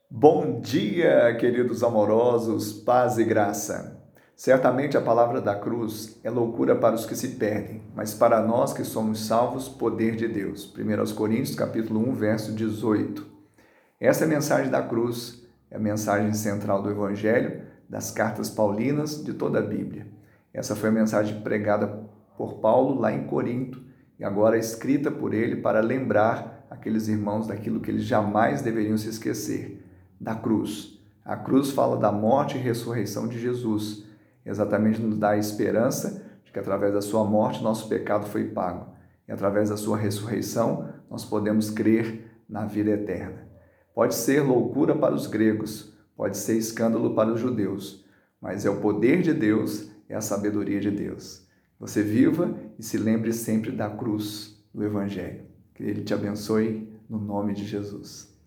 Bom dia, queridos amorosos, paz e graça. Certamente a palavra da cruz é loucura para os que se perdem, mas para nós que somos salvos, poder de Deus. 1 Coríntios, capítulo 1, verso 18. Essa é a mensagem da cruz, é a mensagem central do Evangelho, das cartas paulinas, de toda a Bíblia. Essa foi a mensagem pregada por Paulo lá em Corinto e agora escrita por ele para lembrar aqueles irmãos daquilo que eles jamais deveriam se esquecer, da cruz. A cruz fala da morte e ressurreição de Jesus, exatamente nos dá a esperança de que através da sua morte nosso pecado foi pago e através da sua ressurreição nós podemos crer na vida eterna. Pode ser loucura para os gregos, pode ser escândalo para os judeus, mas é o poder de Deus, é a sabedoria de Deus. Você viva e se lembre sempre da cruz, do Evangelho. Que Ele te abençoe no nome de Jesus.